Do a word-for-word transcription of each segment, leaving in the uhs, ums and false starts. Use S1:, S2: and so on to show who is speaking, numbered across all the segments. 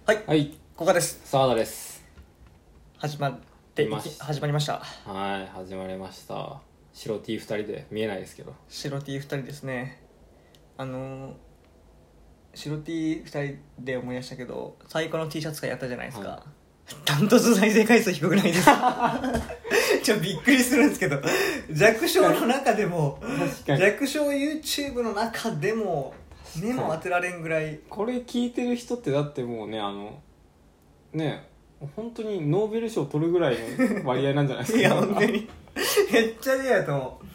S1: はい、
S2: はい、
S1: ここです。
S2: 澤田です。
S1: 始まっていき始まりました。
S2: はい、始まりました。白 T ふたりで見えないですけど。
S1: 白 T ふたりですね。あのー、白 T ふたりで思い出したけど、最高の T シャツ会やったじゃないですか。はい、ダントツ再生回数低くないですか？ちょっとびっくりするんですけど、弱小の中でも弱小 YouTube の中でも目も当てられんぐらい。
S2: これ聞いてる人ってだってもうね、あのね本当にノーベル賞取るぐらいの割合なんじゃないですか。
S1: いや本当にめっちゃレアやと思う。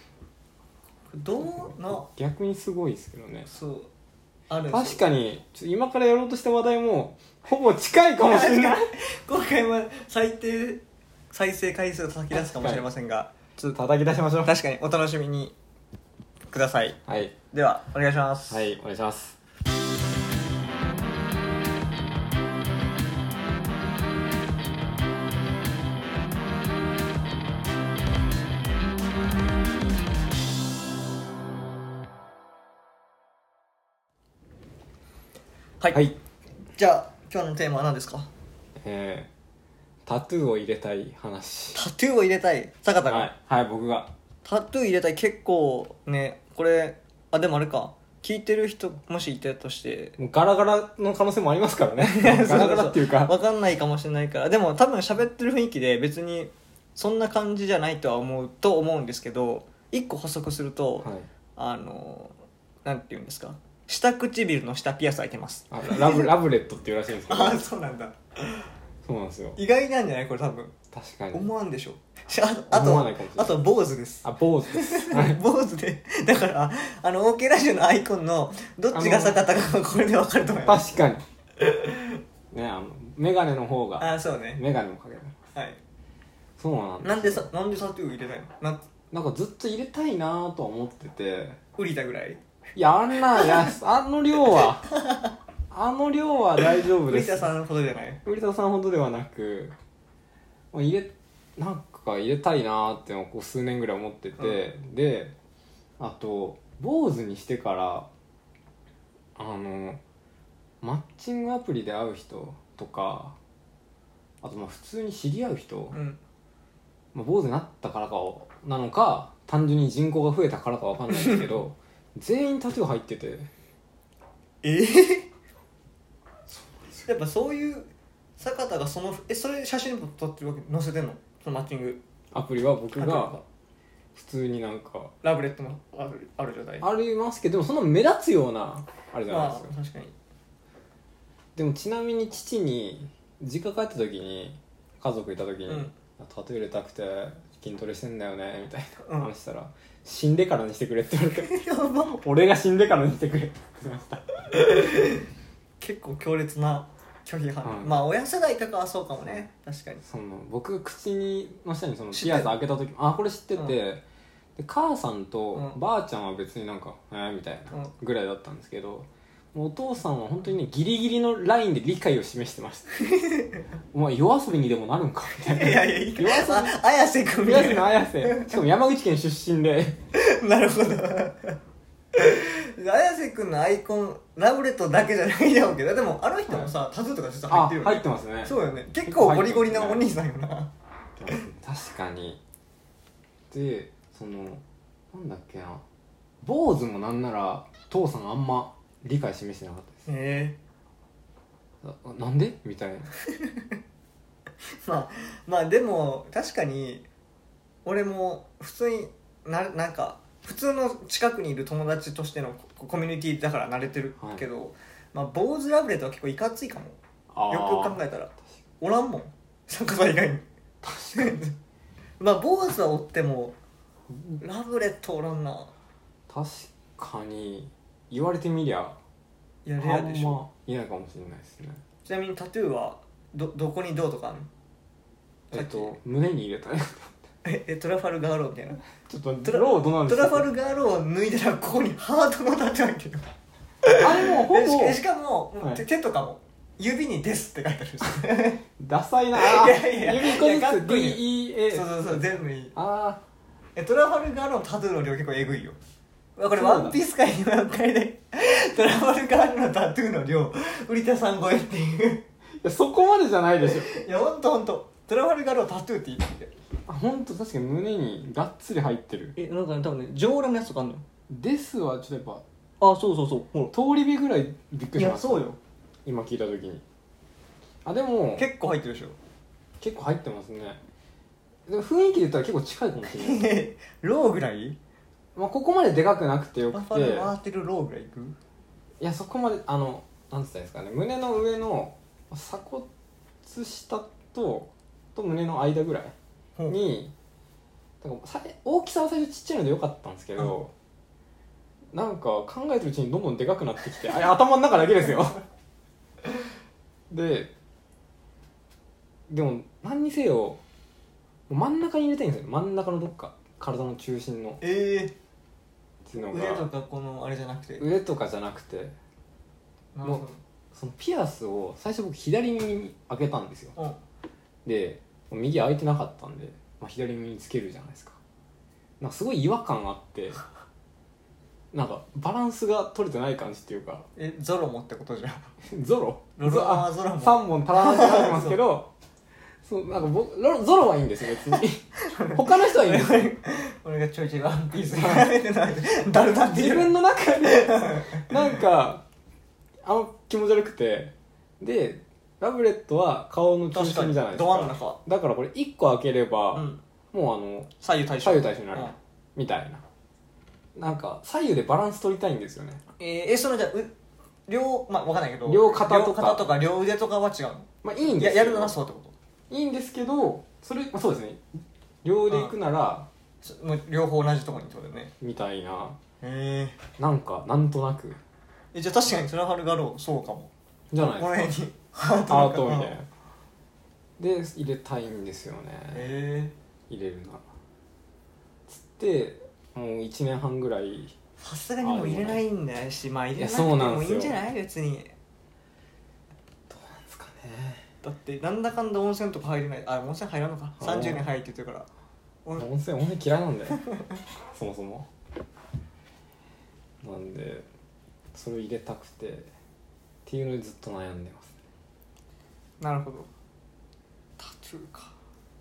S1: どうな
S2: 逆にすごいですけどね。
S1: そうある
S2: 確かに今からやろうとした話題もほぼ近いかもしれない。
S1: 今回は最低再生回数を叩き出すかもしれませんが、
S2: ちょっと叩き出しましょう。
S1: 確かにお楽しみにください。
S2: はい、
S1: ではお願いします。
S2: はい、お願いします。
S1: はい、はい、じゃあ今日のテーマは何ですか？
S2: えー、タトゥーを入れたい話。
S1: タトゥーを入れたい坂田が、
S2: はい、はい、僕が
S1: タトゥー入れたい。結構ね、これあでもあれか、聞いてる人もしいたとして
S2: もうガラガラの可能性もありますからね。ガラガラっていうか
S1: 分かんないかもしれないから。でも多分喋ってる雰囲気で別にそんな感じじゃないとは思うと思うんですけど、一個補足すると、はい、あのなんていうんですか、下唇の下ピアス開いてます。
S2: あ ラ, ブラブレットっていうらしいんですけど。
S1: あ、そうなんだ。
S2: そうなんですよ。
S1: 意外なんじゃないこれ多分。
S2: 確かに
S1: 思わんでしょ。あとあと坊主です。
S2: あ、坊主です。
S1: 坊主で、だからあの OK ラジオのアイコンのどっちが坂田かこれで分かると思います。
S2: 確かにね、あのメガネの方が。
S1: あ、そうね、
S2: メガネもかける。
S1: はい、
S2: そうなんです。
S1: なんでさ、なんでタトゥー入れたいの？な
S2: なんかずっと入れたいなとは思ってて。
S1: 売りたぐらい。
S2: いや、あんなやあの量はあの量は大丈夫です。
S1: 売田さんほどじゃない。
S2: 売田さんほどではなく、入れなんか入れたいなってこう数年ぐらい思ってて、うん、であと坊主にしてからあのマッチングアプリで会う人とか、あとまあ普通に知り合う人、うん、まあ、坊主になったからかなのか単純に人口が増えたからかわかんないんですけど全員タトゥー入ってて。
S1: えー、やっぱそういう坂田がそのえそれ写真も撮ってるわけ、載せてんの？そのマッチング
S2: アプリは僕が普通になんか
S1: ラブレットもあるある状態
S2: ありますけど、そんな目立つようなあれじゃないですよ。
S1: まあ確かに。
S2: でもちなみに父に実家帰った時に家族いた時に、うん、タトゥー入れたくて筋トレしてんだよねみたいな話したら、うん、死んでからにしてくれって言われてやば俺が死んでからにしてくれって言ってました
S1: 結構強烈な拒否反応、うん、まあ親世代とかはそうかもね。確かに。
S2: その僕口にの下にそのピアス開けた時あこれ知ってて、うん、で母さんとばあちゃんは別になんか、うん、えー、みたいなぐらいだったんですけど、もうお父さんは本当にねギリギリのラインで理解を示してましたお前夜遊びにでもなるんかみたいな。いやいやいいか、夜遊び
S1: 綾瀬君みたいな。
S2: 綾瀬しかも山口県出身で
S1: なるほど綾瀬君のアイコンラブレットだけじゃないだろうけど、でもあの人もさ、はい、タトゥーとか実は入ってるよね。
S2: 入ってますね。
S1: そうよね、結構ゴリゴリなお兄さんよな。
S2: 確かに。でそのなんだっけな、坊主もなんなら父さんあんま理解示してなかったです。
S1: へ
S2: えー、なんでみたいな
S1: まあまあでも確かに俺も普通にななんか普通の近くにいる友達としてのコミュニティだから慣れてるけど、はい、まあ坊主ラブレットは結構いかついかも。よくよく考えたらおらんもん、坂田以外に。確かにまあ坊主はおってもラブレットおらんな。
S2: 確かに言われてみりゃ
S1: いやレアでしょ。
S2: あんまいないかもしれないですね。
S1: ちなみにタトゥーは ど, どこにどうとかあるの？
S2: えっと胸に入れたい
S1: ええトラファルガーローみたいな。
S2: ちょっとト ラ, ローどなんです
S1: かトラファルガーローを脱いだらここにハートのタトゥー入ってる
S2: あれもうほぼ
S1: し, しかも、はい、手とかも指にですって書いてあるんですよ
S2: ダサいな。
S1: いやいや
S2: 指一個ずつ ディーイーエー
S1: そうそうそう全部いい。
S2: あ
S1: えトラファルガーローのタトゥーの量結構えぐいよ。 これワンピース界の段階でトラファルガールのタトゥーの量売田さん超えっていう
S2: いやそこまでじゃないでしょ
S1: いやほんとほんとトラファルガールをタトゥーって言ってて
S2: あ本当確かに胸にがっつり入ってる
S1: えなんかね多分ね上裸のやつとかあんのよ
S2: ですはちょっとやっ
S1: あそうそうそうほ
S2: ぱ通り火ぐらいびっくりしました
S1: いやそうよ
S2: 今聞いた時にあでも
S1: 結構入ってるでしょ
S2: 結構入ってますねでも雰囲気で言ったら結構近いかもしれない
S1: ローぐらい
S2: まあここまででかくなくてよ
S1: トラ
S2: くて
S1: ファル回ってるローぐらいいく
S2: いやそこまであのなんつったらいいですかね胸の上の鎖骨下とと胸の間ぐらいに、だからさ大きさは最初ちっちゃいのでよかったんですけど、うん、なんか考えてるうちにどんどんでかくなってきてあれ頭の中だけですよででも何にせよ真ん中に入れたいんですよ真ん中のどっか体の中心の
S1: ええ
S2: っていうのが
S1: 腕とかこのあれじゃなくて
S2: 腕とかじゃなくてもうそのピアスを最初僕左耳に開けたんですよ、
S1: うん
S2: で右開いてなかったんで、まあ、左耳につけるじゃないですかなんかすごい違和感あってなんかバランスが取れてない感じっていうか
S1: えゾロモってことじゃん
S2: ゾロ
S1: ロロマはゾロモ
S2: さんぼん足らなくなってますけどそうなんか僕ロゾロはいいんですよ別に他の人はいいんですよ
S1: 俺がちょいちょいワンピースやめてないだるだって
S2: 自分の中でなんかあの気持ち悪くてでラブレットは顔の中心じゃないですか
S1: ど真ん中
S2: だからこれいっこ開ければ、
S1: うん、
S2: もうあの
S1: 左右対称
S2: 左右対称になる、うん、みたいななんか左右でバランス取りたいんですよね
S1: えー、えそのじゃあ両まあ分かんないけど
S2: 両肩とか
S1: 両肩とか両腕とかは違うの
S2: まあいいんです
S1: よ や, やるのはそうってこと
S2: いいんですけどそれ、まあ、そうですね両腕行くなら、
S1: うん、もう両方同じところにってことだよね
S2: みたいな
S1: へえ
S2: なんかなんとなく
S1: えじゃあ確かにトラファルガーローそうかも
S2: じゃないですか
S1: この辺にハート
S2: ハートみたいなで入れたいんですよね
S1: へえ
S2: 入れるなつってもういちねんはんぐらい
S1: さすがにもう入れないんだよしまあ入れなくて
S2: いやそうなんですよ
S1: もいいんじゃない別に
S2: どうなんですかね
S1: だってなんだかんだ温泉とか入れないあ温泉入らんのかさんじゅうねん入って言ってるから
S2: 温泉温泉嫌いなんだよそもそもなんでそれを入れたくてっていうのでずっと悩んでますね
S1: なるほどタトゥーか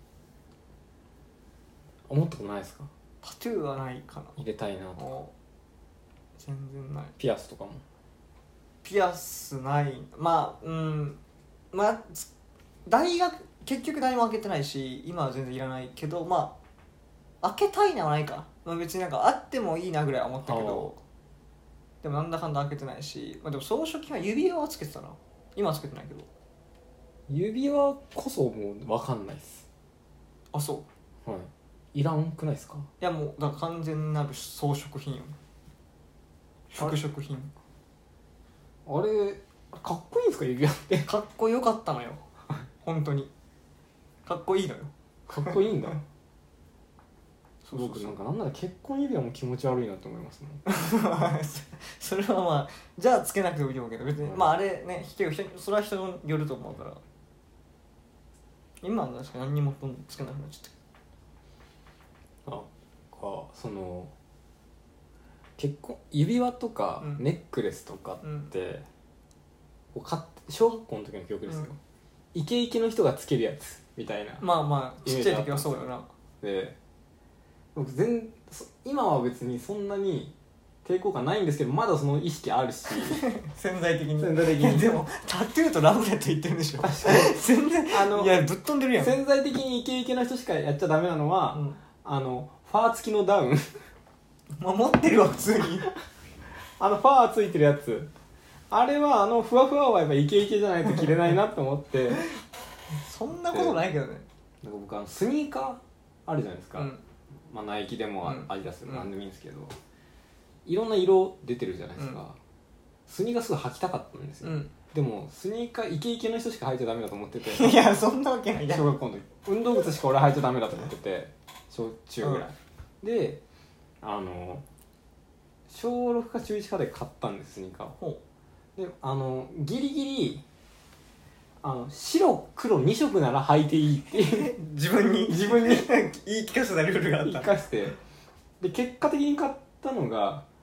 S2: 思ったことないですか
S1: タトゥーはないかな
S2: 入れたいなと
S1: 全然ない
S2: ピアスとかも
S1: ピアスないまあうんまあ大学結局何も開けてないし今は全然いらないけどまあ開けたいのはないか、まあ、別になんかあってもいいなぐらいは思ったけどでもなんだかんだ開けてないし、まあ、でも装飾品は指輪はつけてたな今はつけてないけど
S2: 指輪こそもう分かんないっす
S1: あそう
S2: はいいらんくないですか
S1: いやもうだから完全なる装飾品よ服飾品
S2: あれかっこいいんですか指輪って
S1: かっこよかったのよ本当にかっこいいのよ
S2: かっこいいんだ
S1: そうそうそう
S2: 僕なんかなんなら結婚指輪も気持ち悪いなと思いますもん
S1: それはまあじゃあつけなくてもいいと思うけど別に、うん、まああれね人それは人によると思うから今は確かに何にもつけなくなっちゃった
S2: あかその結婚指輪とかネックレスとかって、うん、か小学校の時の記憶ですよ、うん、イケイケの人がつけるやつみたいな
S1: まあまあちっちゃい時はそうよな
S2: で僕全今は別にそんなに抵抗感ないんですけどまだその意識あるし
S1: 潜在的に
S2: 潜在的に
S1: でもタトゥーとラブレット言ってるんでしょ全然あのいやぶっ飛んでるやん
S2: 潜在的にイケイケな人しかやっちゃダメなのは、うん、あのファー付きのダウン
S1: まあ持ってるわ普通に
S2: あのファーついてるやつあれはあのふわふわはやっぱイケイケじゃないと着れないなと思って
S1: そんなことないけどね
S2: なんか僕あのスニーカーあるじゃないですか、うんまあ、ナイキでもアディダスでも何でもいいんですけど、うん、いろんな色出てるじゃないですか、うん、スニーカーすごい履きたかったんですよ、うん、でもスニーカーイケイケの人しか履いちゃダメだと思ってて
S1: いやそんなわけない
S2: 小学校の時運動靴しか俺履いちゃダメだと思ってて小中ぐらい、うん、であの小ろくか中いちかで買ったんですスニーカーをであのギリギリあの白黒に色なら履いていいっていう
S1: 自分に
S2: 自分に
S1: 言い聞かせたルールがあった
S2: 言い聞かせてで結果的に買ったのが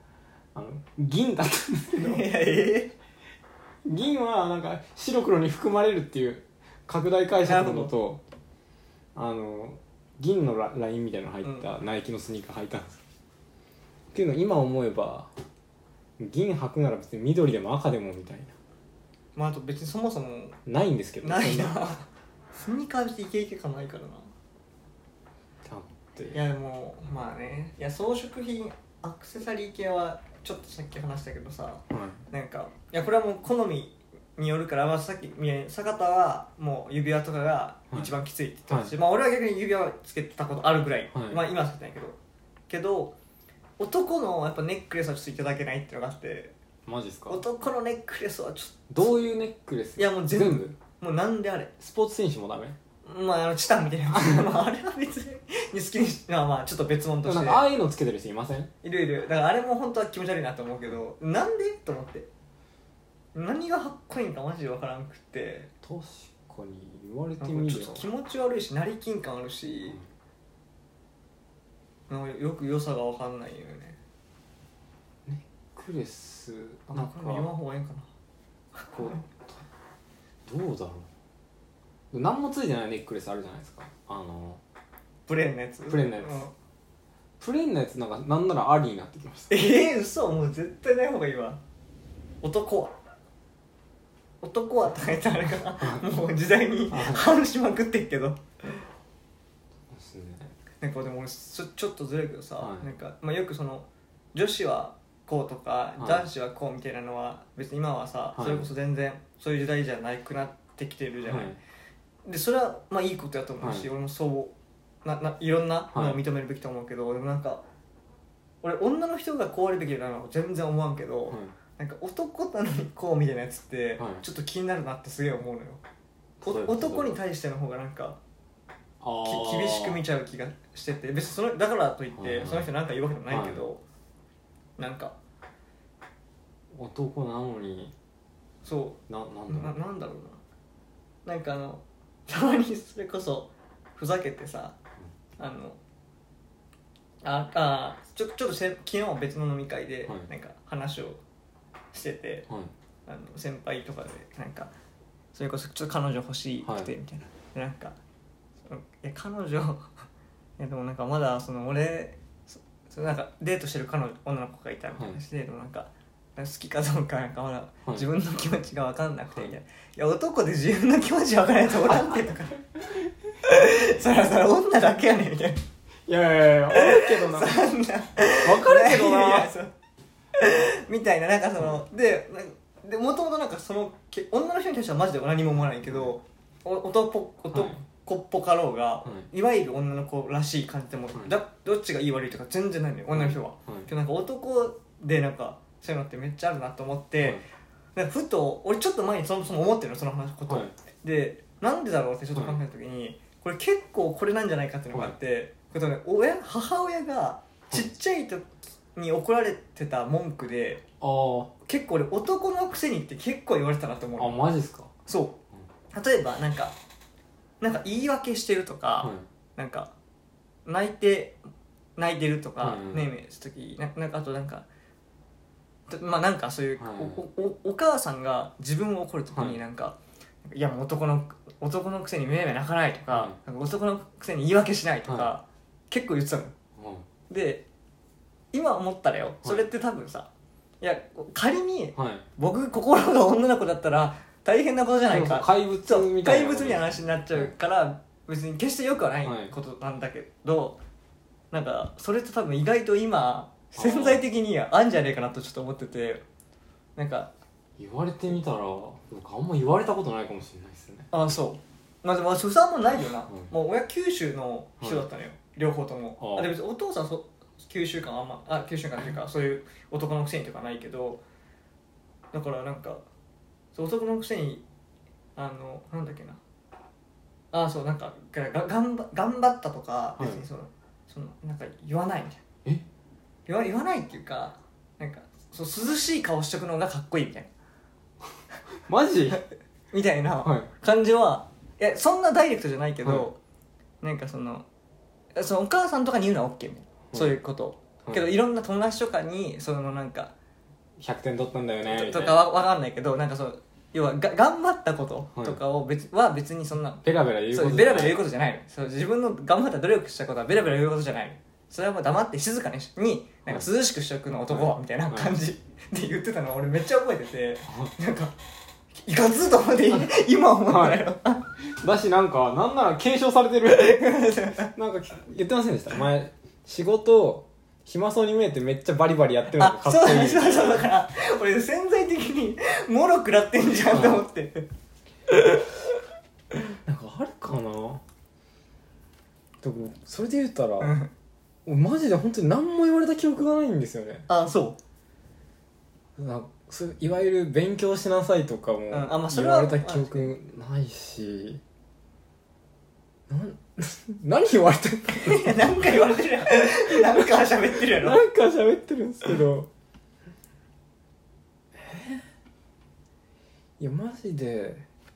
S2: あの銀だったんですけど
S1: いやえ
S2: 銀はなんか白黒に含まれるっていう拡大解釈のとあの銀のララインみたいなの入ったナイキのスニーカー履いたんです、うん、っていうのを今思えば銀履くなら別に緑でも赤でもみたいな、
S1: まああと別にそもそも
S2: ないんですけど
S1: ないなスニーカー別にイケイケ感ないからな
S2: って
S1: いやもうまあねいや装飾品アクセサリー系はちょっとさっき話したけどさ、
S2: はい、
S1: なんかいやこれはもう好みによるから、まあ、さっき坂田はもう指輪とかが一番きついって言ってたし、はい、まあ俺は逆に指輪つけたことあるぐらい、はい、まあ今はつけてないけどけど男のやっぱネックレスはちょっといただけないっていうのがあって。
S2: マジっすか。
S1: 男のネックレスはちょっと
S2: どういうネックレス。
S1: いやもう全部、全部もうなんであれ
S2: スポーツ選手もダメ。
S1: まああのチタンみたいなまああれは別に好きにしまあまあちょっと別物として
S2: なんかああいうのつけてる人いません。
S1: いるいる。だからあれも本当は気持ち悪いなと思うけどなんでと思って何がかっこいいんかマジで分からんくって
S2: 確かに言われてみれば
S1: ちょっと気持ち悪いし成金感あるし、うん、なんかよく良さが分かんないよね。
S2: ネックレス
S1: なんか言わん方がいいんかな
S2: こうどうだろう。何もついてないネックレスあるじゃないですか。あの
S1: プレーンのやつ
S2: プレーンのやつ、うん、プレーンのやつなんかなんならありになってきました。
S1: ええー、嘘。もう絶対ない方がいいわ。男は男はとか言ったらあれかなもう時代に反しまくってっけど
S2: ですね。
S1: なんかでも俺ちょ、ちょっとずれるけどさ、
S2: はい、
S1: なんか、まあ、よくその女子はこうとか、はい、男子はこうみたいなのは別に今はさ、はい、それこそ全然そういう時代じゃなくなってきてるじゃない、はい、でそれはまあいいことやと思うし、はい、俺もそうなないろんなのを認めるべきと思うけど、はい、でもなんか俺女の人がこうあるべきだなのは全然思わんけど、はい、なんか男なのにこうみたいなやつってちょっと気になるなってすげえ思うのよ、はい、男に対しての方がなんかき厳しく見ちゃう気がしてて、別にそのだからといってその人なんか言うわけでもないけど、はい、なんか
S2: 男なのに
S1: そう
S2: な、なんだろう
S1: な, なんだろうななんかあのたまにそれこそふざけてさ、うん、あのああちょちょっとせ昨日別の飲み会でなんか話をしてて、はい、あの先輩とかでなんかそれこそちょっと彼女欲しくてみたいな、はい、でなんかいや彼女いやでもなんかまだその俺そなんかデートしてる彼女女の子がいたみたいなして、はい、でもなんか好きかどうかなんかまだ自分の気持ちが分かんなくてみたいな、はい、いや男で自分の気持ち分からないとおらんてとかそらそら女だけやねんみたいな。
S2: いやいやいや分かるけどな分かるけどない
S1: やみたいななんかそのででもともとなんかその女の人に対してはマジで何も思わないけど男男っぽかろうが、はい、いわゆる女の子らしい感じでも、はい、だどっちがいい悪いとか全然ないのよ女の人は、はい、けどなんか男でなんかそういうのってめっちゃあるなと思って、はい、なんかふと俺ちょっと前にそもそも思ってるのその話こと、はい、でなんでだろうってちょっと考えた時に、はい、これ結構これなんじゃないかっていうのがあって、はいね、親母親がちっちゃい時に怒られてた文句で、はい、結構俺男のくせにって結構言われてたなと思う。
S2: あマジですか。
S1: そう、例えばなんかなんか言い訳してるとか、はい、なんか泣いて泣いてるとか、うんうん、ねえねえした時 な, なんかあとなんかまあなんかそういう、はい、お, お, お母さんが自分を怒る時になんか、はい、いやもう男の男のくせにめめ泣かないとか、はい、なんか男のくせに言い訳しないとか、はい、結構言ってたの、はい、で今思ったらよそれって多分さ、はい、いや仮に、はい、僕心が女の子だったら大変なことじゃないか、そうそう怪物みたいな怪物みたいな話になっちゃうから、はい、別に決して良くはないことなんだけど、はい、なんかそれって多分意外と今潜在的にあんじゃねえかなとちょっと思ってて、なんか
S2: 言われてみたら僕あんま言われたことないかもしれないですね。
S1: ああそうまあでも出産もないよな、うん、もう親九州の人だったのよ、はい、両方とも。ああで別にお父さんそ九州感あんまあ九州感っていうかそういう男のくせにとかないけど、だからなんか男のくせにあのなんだっけなああそうなんかがが頑張頑張ったとか別にその、はい、そのなんか言わないみたいな。
S2: え
S1: 言わ言わないっていうかなんかそう涼しい顔しとくのがかっこいいみたいな
S2: マジ
S1: みたいな感じは、はい、いやそんなダイレクトじゃないけど、はい、なんかそのそのお母さんとかに言うのは OK みたいな、はい、そういうこと、はい、けどいろんな友達とかにそのなんか
S2: ひゃくてん取ったんだよねみたいな
S1: とかは分かんないけど、なんかその要はが頑張ったこととかを別、はい、は別にそんな
S2: ベラベラ言うこと
S1: そうベラベラ言うことじゃないの。そう自分の頑張った努力したことはベラベラ言うことじゃないの。それはもう黙って静かにになんか涼しくしとくの男は、はい、みたいな感じ、はい、で言ってたのを俺めっちゃ覚えてて、はい、なんかいかずと思って今思ったよ、はい、
S2: だしなんかなんなら継承されてるなんか言ってませんでした前仕事暇そうに見えてめっちゃバリバリやってるのがかっこいい。
S1: そうそうそう、だから俺潜在的にもろ食らってんじゃんと思って
S2: なんかあるかな。でもそれで言ったら、うん、マジで本当に何も言われた記憶がないんですよね。
S1: あ、そう
S2: なんかそいわゆる勉強しなさいとかも言われた記憶ないし、うん、あ、まあ、何言われてる
S1: のなんか言われてるやんなんか喋ってるやろ
S2: なんか喋ってるんですけどえー、いやマジで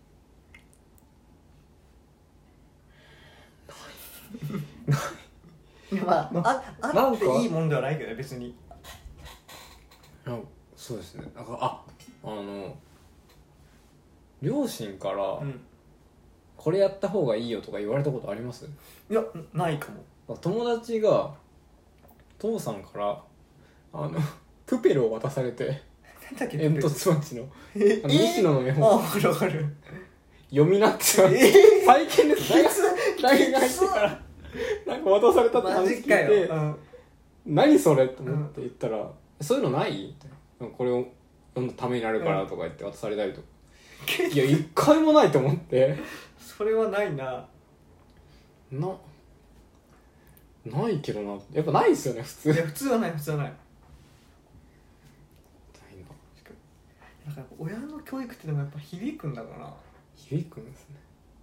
S2: ない
S1: ないまあ、あ, あっていいもんではないけどね別に。
S2: あ、そうですね。なんかああの両親から、うん、これやった方がいいよとか言われたことあります？
S1: いやないかも。
S2: 友達が父さんからあのプペルを渡されて煙突町のあの西野の絵本、
S1: あ、分かる分かる、
S2: 読みなってた、えー、最近です。大学入ってからなんか渡されたって話聞いて、うん、何それと思って言ったら、うん、そういうのない？これを読んだためになるからとか言って渡されたりとか、うん、いや一回もないと思って
S1: それはないな。
S2: なないけどな、やっぱないですよね普通。
S1: いや普通はない、普通はない。なんかやっぱ親の教育ってでもやっぱ響くんだろうな。
S2: 響くんですね。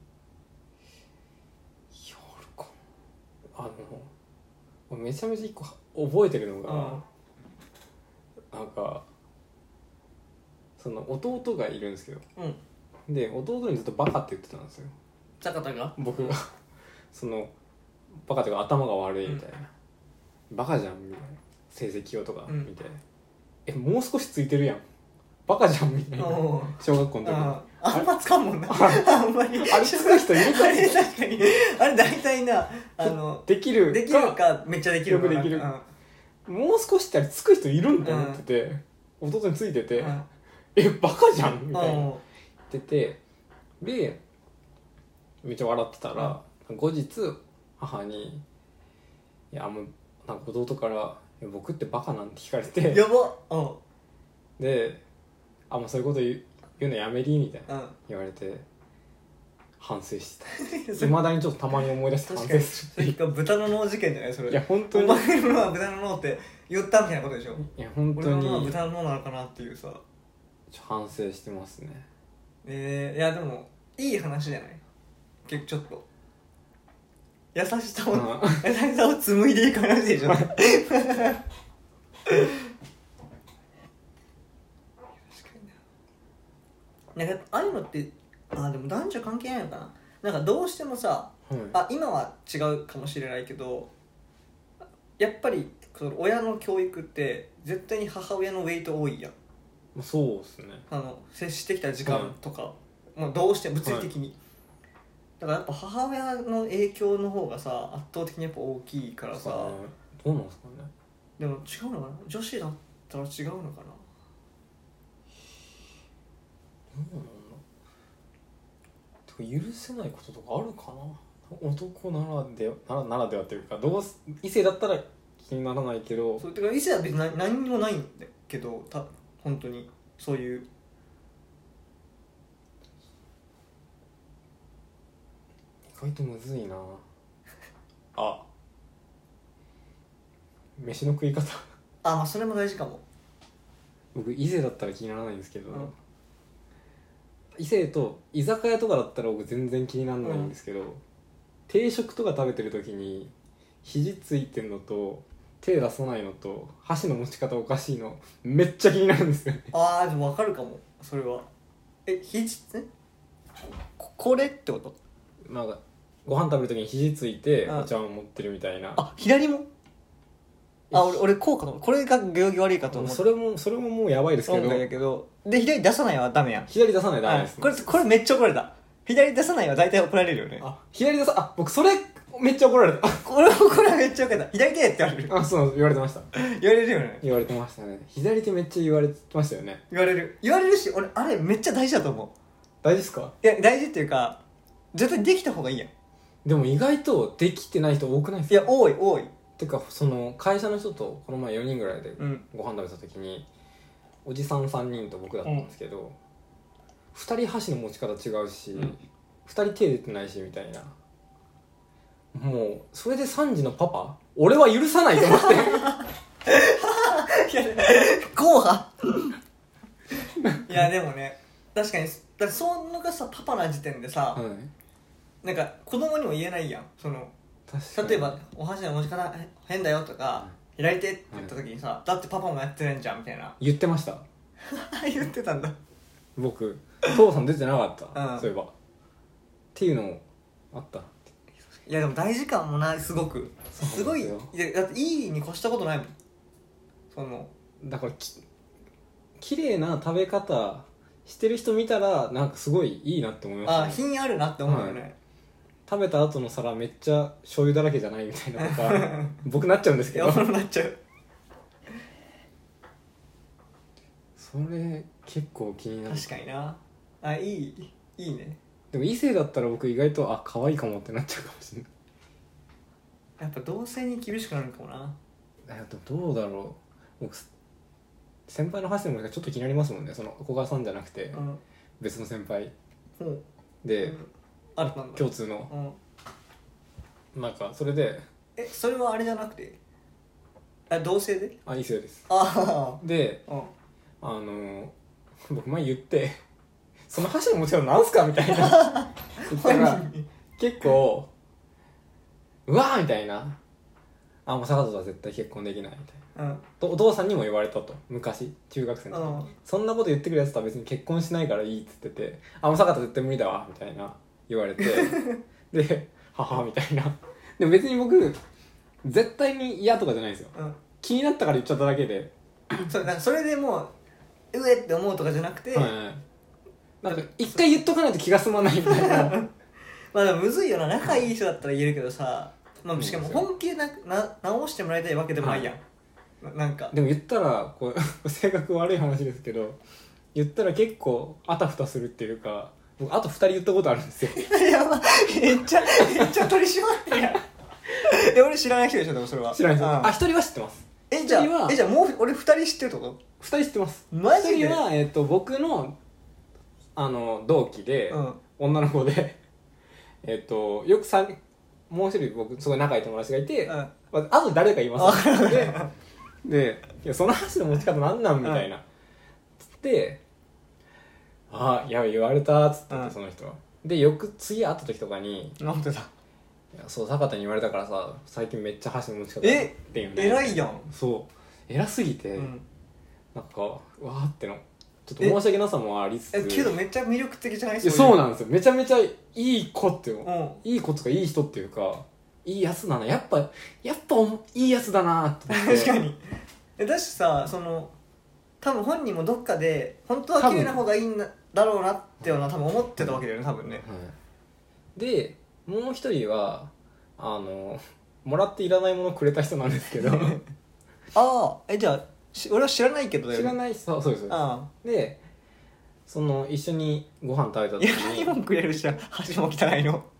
S2: いやあるか。あのめちゃめちゃ一個覚えてるのが、うん、なんかその弟がいるんですけど、うん、で弟にずっとバカって言ってたんですよ。
S1: 坂田が？
S2: 僕がそのバカというか頭が悪いみたいな、うん、バカじゃんみたいな成績表とか見て、うん、えもう少しついてるやんバカじゃんみたいな小学校の時に
S1: あ, あんまつかんもんなあんまり
S2: あれつく人いるか
S1: あれ確かにあれ大体なあの
S2: できる
S1: できるかめっちゃできるか
S2: よくできる、うん、もう少しってあれつく人いるんと思ってて、うん、弟についてて、うん、えバカじゃんみたいな言ってて、でめっちゃ笑ってたら、うん、後日母にいやもうなんか弟から僕ってバカなんて聞かれて
S1: やば、うん、
S2: であもうそういうこと言う、言うのやめりみたいな、うん、言われて反省してた。いまだにちょっとたまに思い出して反省する。
S1: それ豚の脳事件じゃないそれ。
S2: いや本当に
S1: お前の脳は豚の脳って言ったみたいなことでしょ。
S2: いや本当に
S1: 俺の脳は豚の脳なのかなっていうさ
S2: ちょ反省してますね。
S1: えー、いやでもいい話じゃない。結構ちょっと優しさを、うん、優しさを紡いでいく話でしょ確かにな。なんかああいうのってあでも男女関係ないのかな。なんかどうしてもさ、はい、あ今は違うかもしれないけどやっぱりその親の教育って絶対に母親のウェイト多いやん。
S2: そうですね。
S1: あの接してきた時間とか、はい、まあ、どうしても物理的に、はい、だからやっぱ母親の影響の方がさ圧倒的にやっぱ大きいからさ。
S2: どうなんですかね。
S1: でも違うのかな。女子だったら違うのかな。どうなんだ
S2: 許せないこととかあるかな。男ならではならではというかどう異性だったら気にならないけど、
S1: そうてか異性は別に 何, 何にもないんだけどた本当にそういう
S2: 意外とむずいなあ飯の食い方
S1: あまあそれも大事かも。
S2: 僕異性だったら気にならないんですけど、うん、異性と居酒屋とかだったら僕全然気にならないんですけど、うん、定食とか食べてる時に肘ついてんのと手出さないのと箸の持ち方おかしいのめっちゃ気になるんですよね。
S1: ああでも分かるかもそれは。え肘ってここれってこと。
S2: なんかご飯食べる時に肘ついてお茶碗持ってるみたいな。
S1: あ左もあ俺俺こうかと思うこれが行儀悪いかと思う
S2: それもそれももうやばいですけど
S1: 音楽やけどで左出さないはダメやん
S2: 左出さないとダメです、
S1: これこれめっちゃ怒られた左出さないは大体怒られるよね
S2: あ左出さあ僕それめっちゃ怒られた
S1: これもこれめっちゃ怒られた左手って言われる
S2: あそう言われてました
S1: 言われるよね
S2: 言われてましたね左手めっちゃ言われてましたよね
S1: 言われる言われるし俺あれめっちゃ大事だと思う
S2: 大事ですか
S1: いや大事っていうか絶対できた方がいいやん
S2: でも意外とできてない人多くないですか
S1: いや多い多い
S2: てかその会社の人とこの前よにんぐらいで
S1: うん
S2: ご飯食べた時に、おじさんさんにんと僕だったんですけど、ふたり箸の持ち方違うし、
S1: うん
S2: ふたり手出てないしみたいなもうそれでさんじのパパ俺は許さないと思って
S1: いや硬派いやでもね確かにだってそのがさパパな時点でさ、
S2: はい
S1: なんか子供にも言えないやんその
S2: 確かに
S1: 例えばお箸の持ち方変だよとか、うん、左手って言った時にさ、うん、だってパパもやってないんじゃんみたいな
S2: 言ってました
S1: 言ってたんだ
S2: 僕父さん出てなかった、
S1: うん、
S2: そういえばっていうのもあった
S1: いやでも大事感もなすごくすごいいやだっていいに越したことないもんその
S2: だからき綺麗な食べ方してる人見たらなんかすごいいいなって思いました、
S1: ね、あ品あるなって思うよね、はい、
S2: 食べた後の皿めっちゃ醤油だらけじゃないみたいなとか僕なっちゃうんですけど
S1: いやなっちゃう
S2: それ結構気になる
S1: 確かになあいいいいね
S2: でも異性だったら僕意外とあ可愛いかもってなっちゃうかもしれない
S1: やっぱ同性に厳しくなるかもな
S2: えでもどうだろう僕先輩の箸の持ちがちょっと気になりますもんねその古賀さんじゃなくて、うん、別の先輩、うん、で、うん、
S1: あるなんだ
S2: 共通の、うん、なんかそれで
S1: えそれはあれじゃなくてあ同性で
S2: あ異性です
S1: あ
S2: で、うん、あの僕前言ってその箸の持ち方なんすかみたいな言ったら結構うわーみたいなあもう坂田とは絶対結婚できないみたいな、うん、とお父さんにも言われたと昔中学生の時に、うん、そんなこと言ってくるやつとは別に結婚しないからいいっつっててあもう坂田絶対無理だわみたいな言われてで母みたいなでも別に僕絶対に嫌とかじゃないんですよ、うん、気になったから言っちゃっただけで
S1: それなんかそれでもううえって思うとかじゃなくて、はいはい、
S2: なんか一回言っとかないと気が済まないみたいな
S1: まあでもむずいよな仲いい人だったら言えるけどさ、まあ、しかも本気でなな直してもらいたいわけでもないやん、はい、な, なんか
S2: でも言ったらこう性格悪い話ですけど言ったら結構あたふたするっていうか僕あとふたり言ったことあるんですよ
S1: やばめっちゃめっちゃ取り締まってるやんえ俺知らない人でしょでもそれは
S2: 知らないですあ一人は知ってます
S1: えじゃあえじゃあもう俺ふたり知ってるってこと
S2: ふたり知ってます
S1: マジで
S2: ひとりは、えー、と僕のあの同期で、うん、女の子でえっ、ー、とよくさもう一人僕すごい仲いい友達がいて、うんまあ、あと誰か言いますででいやその話の持ち方なんなんみたいな、うん、つってあやばい言われたっつって、うん、その人はでよく次会った時とかに
S1: なんでだ
S2: いやそう坂田に言われたからさ最近めっちゃ箸の持ち方
S1: えっていうね偉いやん
S2: そう偉すぎて、うん、なんかわーってのちょっと申し訳なさもありつつ
S1: えけどめっちゃ魅力的じゃない
S2: ですかそうなんですよめちゃめちゃいい子っていう、うん、いい子とかいい人っていうかいいやつだなやっぱやっぱいいやつだなって思って
S1: 確かにだしさその多分本人もどっかで本当は綺麗な方がいいんだろうなっていうのは多分思ってたわけだよね多分ね、はい、
S2: でもう一人はあのもらっていらないものをくれた人なんですけどあ
S1: あえじゃあ俺は知らないけどだよ、
S2: ね、知らないそうそうですあでその一緒にご飯食べた時に
S1: いらないもんくれるし箸も汚いの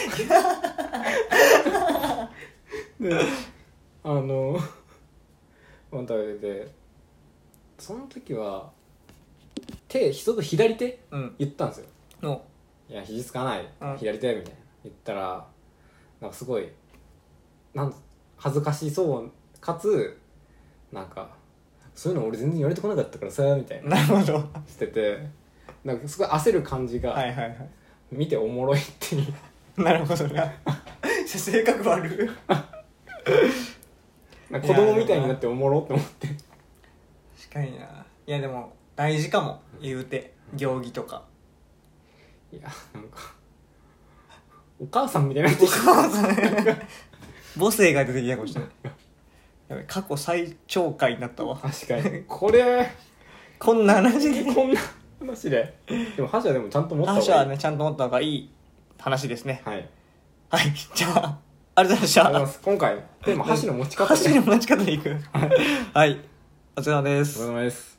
S2: であのご飯食べててその時は手人と左手、うん、言ったんですよ、うん、いや肘つかない、うん、左手みたいな言ったらなんかすごいなん恥ずかしそうかつなんかそういうの俺全然言われてこなかったからさみたいな
S1: なるほど
S2: しててなんかすごい焦る感じが
S1: はいはいはい
S2: 見ておもろいっていう
S1: なるほどな性格悪い
S2: なんか子供みたいになっておもろって思って
S1: 確かにないやでも大事かも言うて行儀とか
S2: いやなんかお母さんみたいなお母さん
S1: 母性が出てきたかもしれないいやべ過去最長回になったわ。
S2: 確かにこれ
S1: こんな話で
S2: こんな話ででも箸はでもちゃんと持った方がいい。
S1: 話はねちゃんと持った方がいい話ですね。
S2: はい、
S1: はい、じゃあありがとうございました。
S2: ありがとうございます。今回テーマ箸の持ち方で
S1: 箸の持ち方でいくはい、お疲れ様です。
S2: お疲れ様です。